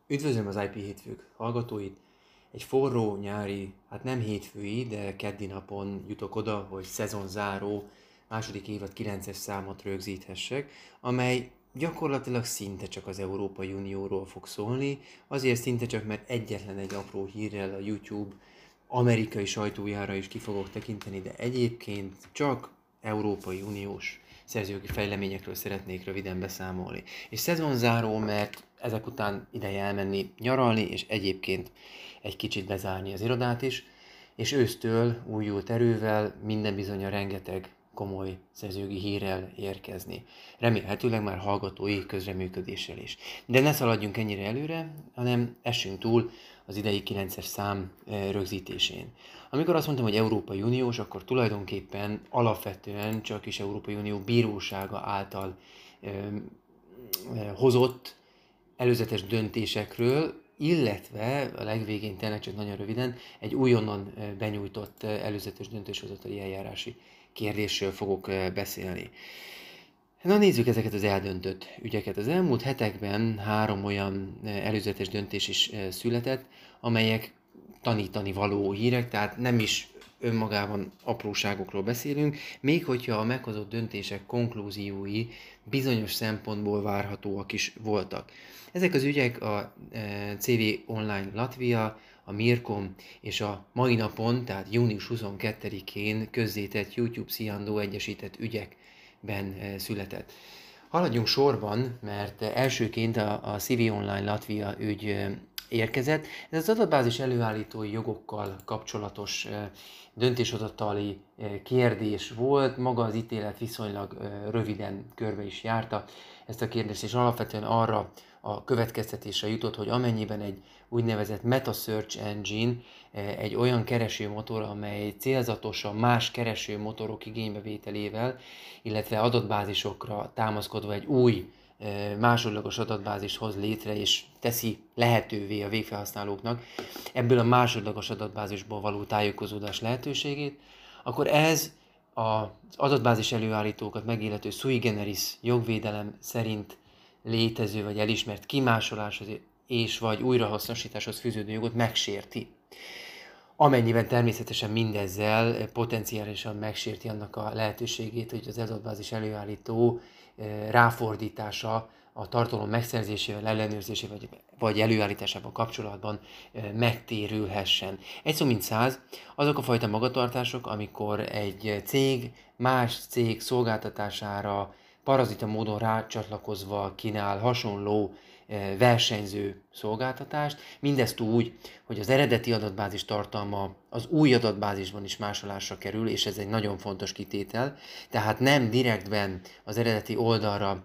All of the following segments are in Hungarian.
Üdvözlöm az IP hétfők hallgatóit! Egy forró nyári, hát nem hétfői, de keddi napon jutok oda, hogy szezonzáró második évad 9-es számot rögzíthessek, amely gyakorlatilag szinte csak az Európai Unióról fog szólni, azért szinte csak, mert egyetlen egy apró hírrel a YouTube amerikai sajtójára is ki fogok tekinteni, de egyébként csak Európai Uniós szerzőjogi fejleményekről szeretnék röviden beszámolni. És szezonzáró, mert ezek után ideje elmenni nyaralni, és egyébként egy kicsit bezárni az irodát is, és ősztől újult erővel minden bizonnyal rengeteg komoly szerzőjogi hírrel érkezni. Remélhetőleg már hallgatói közreműködéssel is. De ne szaladjunk ennyire előre, hanem essünk túl az idei 9-es szám rögzítésén. Amikor azt mondtam, hogy Európai Uniós, akkor tulajdonképpen alapvetően csak is Európai Unió bírósága által hozott előzetes döntésekről, illetve a legvégén tényleg csak nagyon röviden egy újonnan benyújtott előzetes döntéshozatali eljárási kérdésről fogok beszélni. Na nézzük ezeket az eldöntött ügyeket. Az elmúlt hetekben 3 olyan előzetes döntés is született, amelyek tanítani való hírek, tehát nem is önmagában apróságokról beszélünk, még hogyha a meghozott döntések konklúziói bizonyos szempontból várhatóak is voltak. Ezek az ügyek a CV Online Latvia, a Mirkom és a mai napon, tehát június 22-én közzétett YouTube Sziandó egyesített ügyekben született. Haladjunk sorban, mert elsőként a CV Online Latvia ügy érkezett. Ez az adatbázis előállítói jogokkal kapcsolatos döntéshozatali kérdés volt, maga az ítélet viszonylag röviden körbe is járta ezt a kérdést, és alapvetően arra a következtetésre jutott, hogy amennyiben egy úgynevezett Meta Search Engine, egy olyan keresőmotor, amely célzatosan más keresőmotorok igénybevételével, illetve adatbázisokra támaszkodva egy új másodlagos adatbázis hoz létre, és teszi lehetővé a végfelhasználóknak ebből a másodlagos adatbázisból való tájékozódás lehetőségét, akkor ez az adatbázis előállítókat megillető sui generis jogvédelem szerint létező vagy elismert kimásoláshoz és vagy újrahasznosításhoz fűződő jogot megsérti. Amennyiben természetesen mindezzel potenciálisan megsérti annak a lehetőségét, hogy az adatbázis előállító ráfordítása a tartalom megszerzésével, ellenőrzésével vagy előállításával kapcsolatban megtérülhessen. Egy szó mint 100, azok a fajta magatartások, amikor egy cég más cég szolgáltatására parazita módon rácsatlakozva kínál hasonló versenyző szolgáltatást, mindezt úgy, hogy az eredeti adatbázis tartalma az új adatbázisban is másolásra kerül, és ez egy nagyon fontos kitétel, tehát nem direktben az eredeti oldalra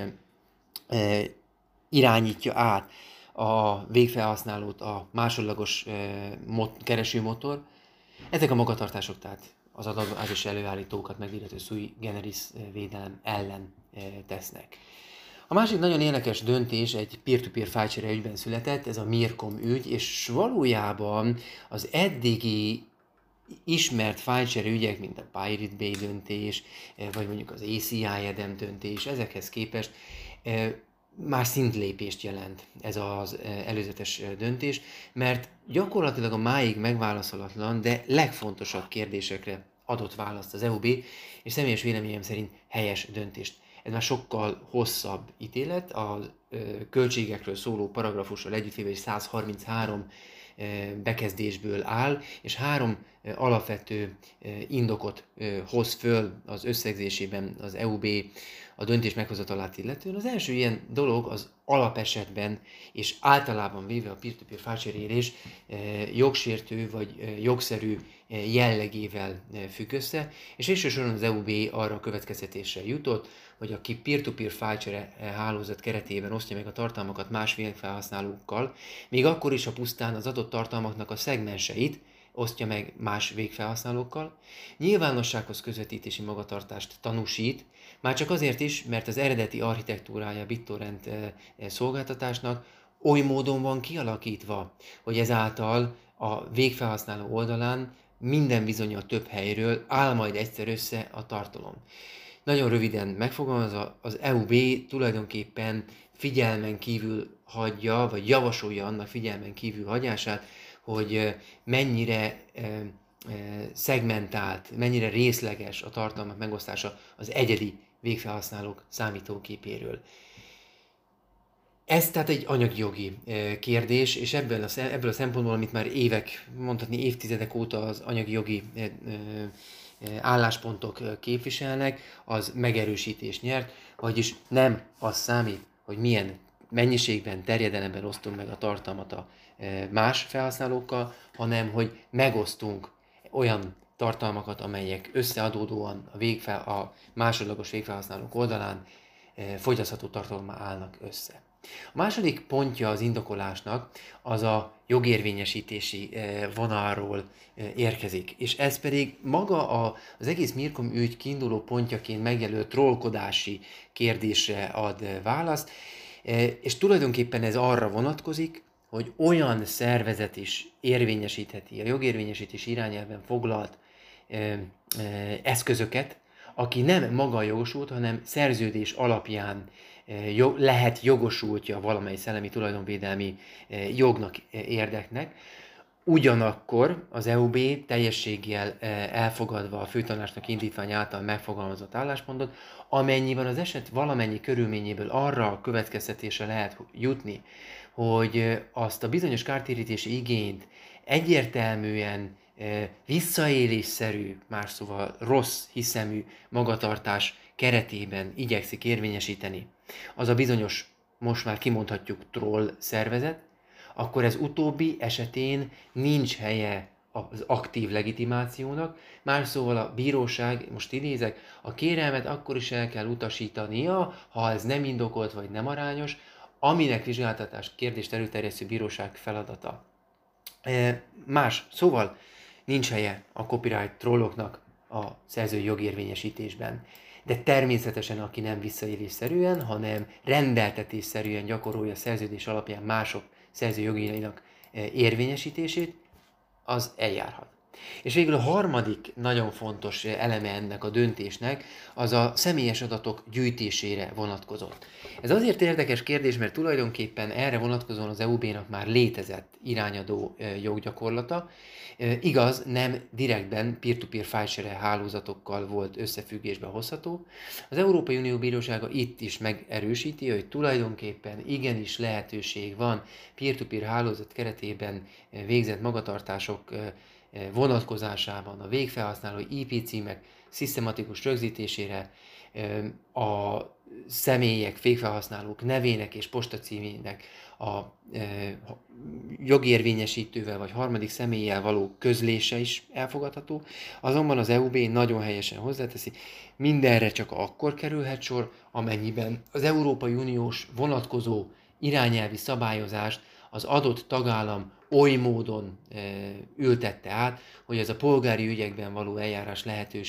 irányítja át a végfelhasználót a másodlagos keresőmotor. Ezek a magatartások tehát az adatbázis előállítókat megillető sui generis védelem ellen tesznek. A másik nagyon érdekes döntés egy peer-to-peer fájlcsere ügyben született, ez a Mirkom ügy, és valójában az eddigi ismert fájlcsere ügyek, mint a Pirate Bay döntés, vagy mondjuk az ACI EDM döntés, ezekhez képest már szintlépést jelent ez az előzetes döntés, mert gyakorlatilag a máig megválaszolatlan, de legfontosabb kérdésekre adott választ az EUB, és személyes véleményem szerint helyes döntést. Ez már sokkal hosszabb ítélet, a költségekről szóló paragrafussal együttvéve egy 133 bekezdésből áll, és 3 alapvető indokot hoz föl az összegzésében az EUB a döntés meghozatalát illetően. Az első ilyen dolog az alapesetben és általában véve a peer-to-peer fájlcserélés jogsértő vagy jogszerű jellegével függ össze, és végső soron az EUB arra a következtetésre jutott, hogy aki peer-to-peer fájlcsere hálózat keretében osztja meg a tartalmakat más végfelhasználókkal, még akkor is, ha pusztán az adott tartalmaknak a szegmenseit osztja meg más végfelhasználókkal, nyilvánossághoz közvetítési magatartást tanúsít, már csak azért is, mert az eredeti architektúrája a BitTorrent szolgáltatásnak oly módon van kialakítva, hogy ezáltal a végfelhasználó oldalán minden bizonnyal több helyről áll majd egyszer össze a tartalom. Nagyon röviden megfogalmazva, az EUB tulajdonképpen figyelmen kívül hagyja, vagy javasolja annak figyelmen kívül hagyását, hogy mennyire szegmentált, mennyire részleges a tartalmak megosztása az egyedi végfelhasználók számítógépéről. Ez tehát egy anyagjogi kérdés, és ebből a szempontból, amit már évek, mondhatni évtizedek óta az anyagi jogi álláspontok képviselnek, az megerősítést nyert, vagyis nem az számít, hogy milyen mennyiségben, terjedelemben osztunk meg a tartalmat a más felhasználókkal, hanem hogy megosztunk olyan tartalmakat, amelyek összeadódóan a másodlagos végfelhasználók oldalán fogyasztható tartalommal állnak össze. A második pontja az indokolásnak az a jogérvényesítési vonalról érkezik, és ez pedig maga az egész Mirkom ügy kiinduló pontjaként megjelölt trollkodási kérdésre ad választ, és tulajdonképpen ez arra vonatkozik, hogy olyan szervezet is érvényesítheti a jogérvényesítés irányelven foglalt eszközöket, aki nem maga jogosult, hanem szerződés alapján lehet jogosultja valamely szellemi tulajdonvédelmi jognak, érdeknek. Ugyanakkor az EUB teljességgel elfogadva a főtanácsnak indítvány által megfogalmazott álláspontot, amennyiben az eset valamennyi körülményéből arra a következtetésre lehet jutni, hogy azt a bizonyos kártérítési igényt egyértelműen visszaélésszerű, más szóval rossz hiszemű magatartás keretében igyekszik érvényesíteni, az a bizonyos, most már kimondhatjuk troll szervezet, akkor ez utóbbi esetén nincs helye az aktív legitimációnak, más szóval a bíróság, most idézek, a kérelmet akkor is el kell utasítania, ha ez nem indokolt vagy nem arányos, aminek vizsgáltatás kérdést előterjesztő bíróság feladata. Más szóval nincs helye a copyright trolloknak a szerzői jogérvényesítésben. De természetesen, aki nem visszaélésszerűen, hanem rendeltetésszerűen gyakorolja szerződés alapján mások szerzői jogainak érvényesítését, az eljárhat. És végül a harmadik nagyon fontos eleme ennek a döntésnek az a személyes adatok gyűjtésére vonatkozott. Ez azért érdekes kérdés, mert tulajdonképpen erre vonatkozóan az EUB-nak már létezett irányadó joggyakorlata. Igaz, nem direktben peer-to-peer file-share hálózatokkal volt összefüggésbe hozható. Az Európai Unió Bírósága itt is megerősíti, hogy tulajdonképpen igenis lehetőség van peer-to-peer hálózat keretében végzett magatartások vonatkozásában a végfelhasználó IP címek szisztematikus rögzítésére, a személyek, végfelhasználók nevének és postacímének a jogérvényesítővel vagy harmadik személlyel való közlése is elfogadható, azonban az EUB nagyon helyesen hozzáteszi, mindenre csak akkor kerülhet sor, amennyiben az Európai Uniós vonatkozó irányelvi szabályozást az adott tagállam oly módon ültette át, hogy ez a polgári ügyekben való eljárás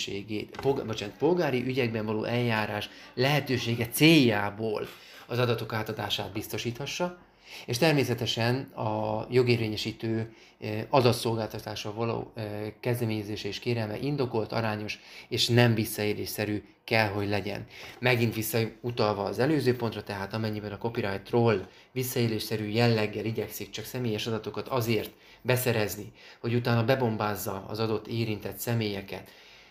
polgári ügyekben való eljárás lehetősége céljából az adatok átadását biztosíthassa, és természetesen a jogérvényesítő adatszolgáltatásra való kezdeményezése és kérelme indokolt, arányos és nem visszaélésszerű kell, hogy legyen. Megint visszautalva az előző pontra, tehát amennyiben a copyright troll visszaélésszerű jelleggel igyekszik csak személyes adatokat azért beszerezni, hogy utána bebombázza az adott érintett személyeket,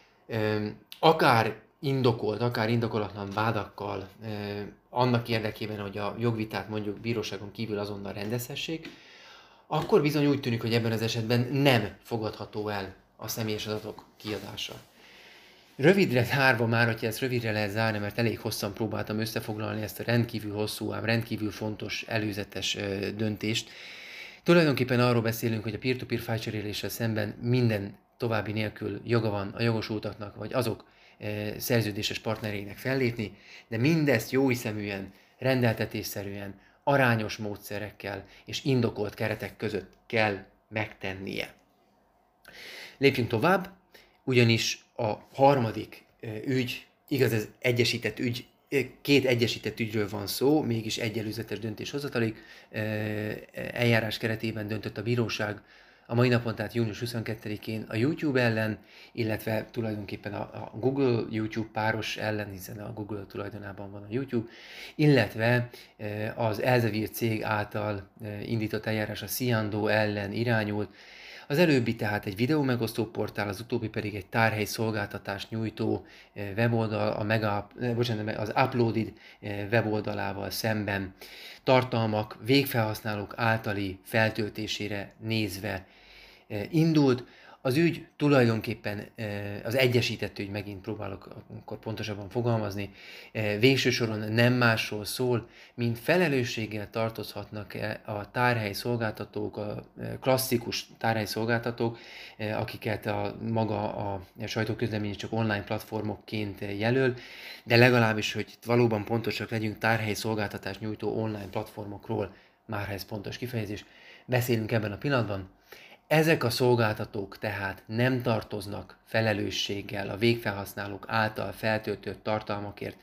akár indokolt, akár indokolatlan vádakkal, annak érdekében, hogy a jogvitát mondjuk bíróságon kívül azonnal rendezhessék, akkor bizony úgy tűnik, hogy ebben az esetben nem fogadható el a személyes adatok kiadása. Rövidre zárva már, hogyha ezt rövidre lehet zárni, mert elég hosszan próbáltam összefoglalni ezt a rendkívül hosszú, ám rendkívül fontos előzetes döntést. Tulajdonképpen arról beszélünk, hogy a peer-to-peer file-cseréléssel szemben minden további nélkül joga van a jogosultaknak, vagy azok szerződéses partnereinek fellépni, de mindezt jóhiszeműen, rendeltetésszerűen, arányos módszerekkel és indokolt keretek között kell megtennie. Lépjünk tovább, ugyanis a harmadik ügy, igaz ez egyesített ügy, két egyesített ügyről van szó, mégis egy előzetes döntéshozatali eljárás keretében döntött a bíróság a mai napon, tehát június 22-én a YouTube ellen, illetve tulajdonképpen a Google YouTube páros ellen, hiszen a Google tulajdonában van a YouTube, illetve az Elsevier cég által indított eljárás a Cyando ellen irányult. Az előbbi tehát egy videó megosztó portál, az utóbbi pedig egy tárhely szolgáltatást nyújtó weboldal, az Uploaded weboldalával szemben tartalmak végfelhasználók általi feltöltésére nézve indult. Az ügy tulajdonképpen az egyesített ügy, megint próbálok akkor pontosabban fogalmazni, végső soron nem másról szól, mint felelősséggel tartozhatnak a tárhely szolgáltatók, a klasszikus tárhely szolgáltatók, akiket maga a sajtóközlemény csak online platformokként jelöl, de legalábbis, hogy valóban pontosak legyünk, tárhely szolgáltatást nyújtó online platformokról, már ez pontos kifejezés, beszélünk ebben a pillanatban. Ezek a szolgáltatók tehát nem tartoznak felelősséggel a végfelhasználók által feltöltött tartalmakért,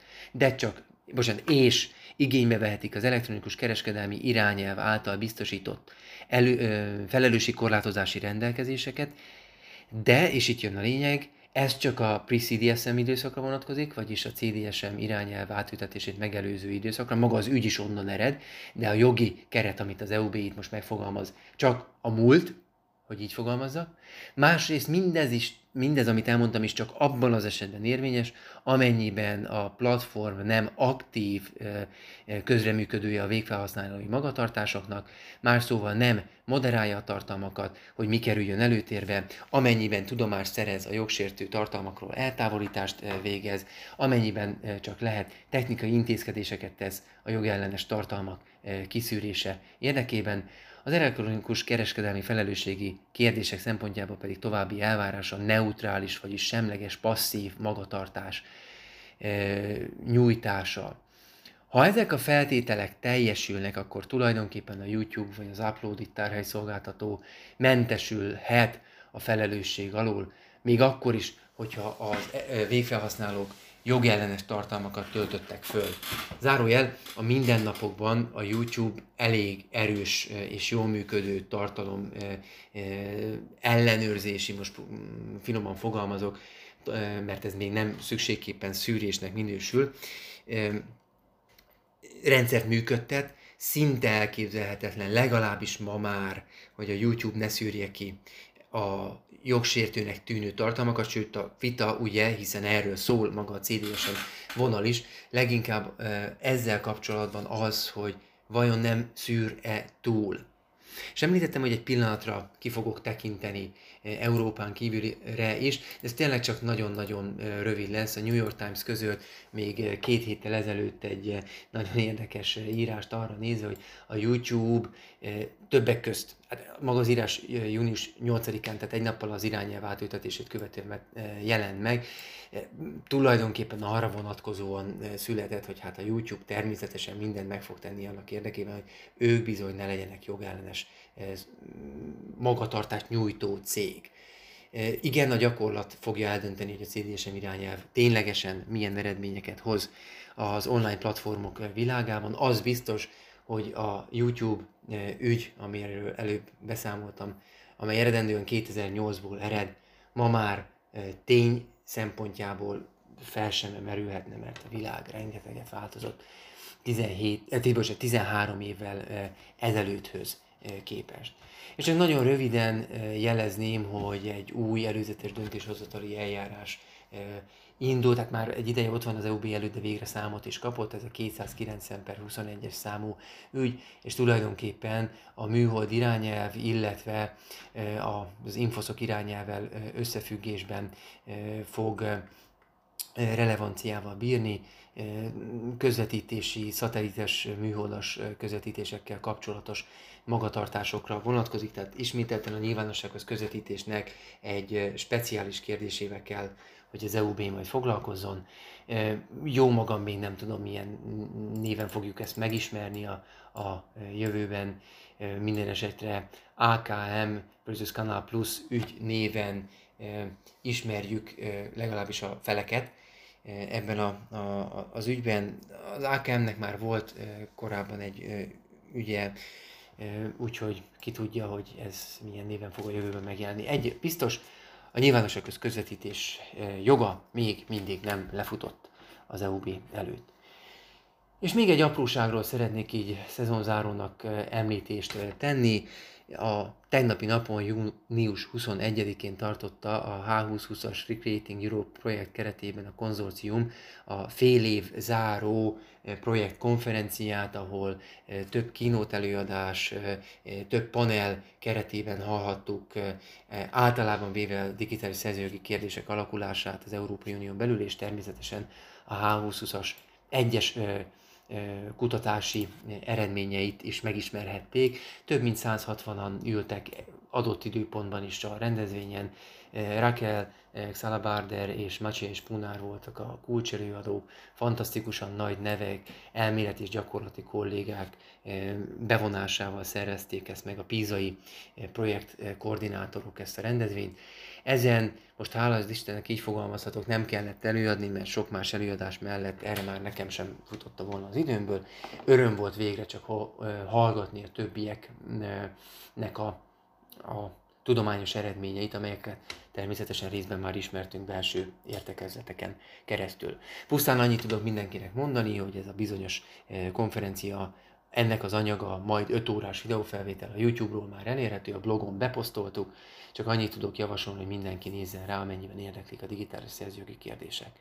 és igénybe vehetik az elektronikus kereskedelmi irányelv által biztosított felelősségkorlátozási rendelkezéseket, de, és itt jön a lényeg, ez csak a pre-CDSM időszakra vonatkozik, vagyis a CDSM irányelv átültetését megelőző időszakra. Maga az ügy is onnan ered, de a jogi keret, amit az EUB itt most megfogalmaz, csak a múlt, hogy így fogalmazzak. Másrészt mindez, amit elmondtam is, csak abban az esetben érvényes, amennyiben a platform nem aktív közreműködője a végfelhasználói magatartásoknak, más szóval nem moderálja a tartalmakat, hogy mi kerüljön előtérbe, amennyiben tudomást szerez a jogsértő tartalmakról, eltávolítást végez, amennyiben csak lehet technikai intézkedéseket tesz a jogellenes tartalmak kiszűrése érdekében. Az elektronikus kereskedelmi felelősségi kérdések szempontjából pedig további elvárása neutrális, vagyis semleges, passzív magatartás nyújtása. Ha ezek a feltételek teljesülnek, akkor tulajdonképpen a YouTube vagy az Uploaded tárhely szolgáltató mentesülhet a felelősség alól, még akkor is, hogyha a végfelhasználók jogellenes tartalmakat töltöttek föl. Zárójel, a mindennapokban a YouTube elég erős és jól működő tartalom ellenőrzési, most finoman fogalmazok, mert ez még nem szükségképpen szűrésnek minősül, rendszert működtet, szinte elképzelhetetlen, legalábbis ma már, hogy a YouTube ne szűrje ki a jogsértőnek tűnő tartalmakat, sőt a vita ugye, hiszen erről szól maga a CDSM vonal is, leginkább ezzel kapcsolatban az, hogy vajon nem szűr-e túl. És említettem, hogy egy pillanatra ki fogok tekinteni Európán kívülre is, de ez tényleg csak nagyon-nagyon rövid lesz. A New York Times közölt még 2 héttel ezelőtt egy nagyon érdekes írást arra nézve, hogy a YouTube többek közt, hát maga az írás június 8-án, tehát egy nappal az irányelv átültetését követően jelent meg, tulajdonképpen arra vonatkozóan született, hogy hát a YouTube természetesen mindent meg fog tenni annak érdekében, hogy ők bizony ne legyenek jogellenes magatartást nyújtó cég. Igen, a gyakorlat fogja eldönteni, hogy a CDSM irányelv ténylegesen milyen eredményeket hoz az online platformok világában. Az biztos, hogy a YouTube ügy, amiről előbb beszámoltam, amely eredendően 2008-ból ered, ma már tény szempontjából fel sem merülhetne, mert a világ rengeteget változott 13 évvel ezelőtthöz képest. És csak nagyon röviden jelezném, hogy egy új előzetes döntéshozatali eljárás indult, tehát már egy ideje ott van az EUB előtt, de végre számot is kapott, ez a 290/21-es számú ügy, és tulajdonképpen a műhold irányelv, illetve az infoszok irányelvvel összefüggésben fog relevanciával bírni, közvetítési, szatelites, műholdas közvetítésekkel kapcsolatos magatartásokra vonatkozik, tehát ismételten a nyilvánossághoz közvetítésnek egy speciális kérdésével kell, hogy az EUB majd foglalkozzon. Jó magam még nem tudom, milyen néven fogjuk ezt megismerni a jövőben. Minden esetre AKM versus Kanál Plus ügy néven ismerjük legalábbis a feleket ebben az ügyben. Az AKM-nek már volt korábban egy ügye úgyhogy ki tudja, hogy ez milyen néven fog a jövőben megjelenni. Egy biztos, a nyilvánosság köz közvetítés joga még mindig nem lefutott az EUB előtt. És még egy apróságról szeretnék így szezonzárónak említést tenni. A tegnapi napon, június 21-én tartotta a H2020-as Recreating Europe projekt keretében a konzorcium a fél év záró projektkonferenciát, ahol több keynote előadás, több panel keretében hallhattuk általában véve a digitális szerzőjogi kérdések alakulását az Európai Unión belül, és természetesen a H2020-as egyes kutatási eredményeit is megismerhették. Több mint 160-an ültek adott időpontban is a rendezvényen. Raquel Xalabarder és Maciej Spunár voltak a kulcselőadók, fantasztikusan nagy nevek, elméleti és gyakorlati kollégák bevonásával szervezték ezt meg, a pízai projektkoordinátorok ezt a rendezvényt. Ezen most hála az Istennek így fogalmazhatok, nem kellett előadni, mert sok más előadás mellett erre már nekem sem futotta volna az időmből. Öröm volt végre csak hallgatni a többieknek a tudományos eredményeit, amelyeket természetesen részben már ismertünk belső értekezleteken keresztül. Pusztán annyit tudok mindenkinek mondani, hogy ez a bizonyos konferencia, ennek az anyaga majd 5 órás videófelvétel a YouTube-ról már elérhető, a blogon beposztoltuk, csak annyit tudok javasolni, hogy mindenki nézzen rá, amennyiben érdeklik a digitális szerzőjogi kérdések.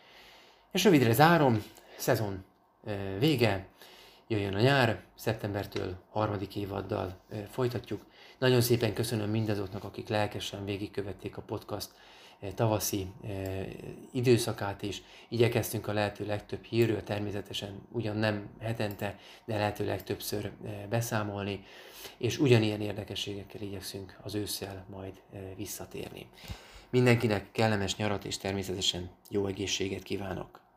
És rövidre zárom, szezon vége, jöjjön a nyár, szeptembertől harmadik évaddal folytatjuk. Nagyon szépen köszönöm mindazoknak, akik lelkesen végigkövették a podcast tavaszi időszakát is. Igyekeztünk a lehető legtöbb hírről, természetesen ugyan nem hetente, de lehető legtöbbször beszámolni, és ugyanilyen érdekességekkel igyekszünk az ősszel majd visszatérni. Mindenkinek kellemes nyarat és természetesen jó egészséget kívánok!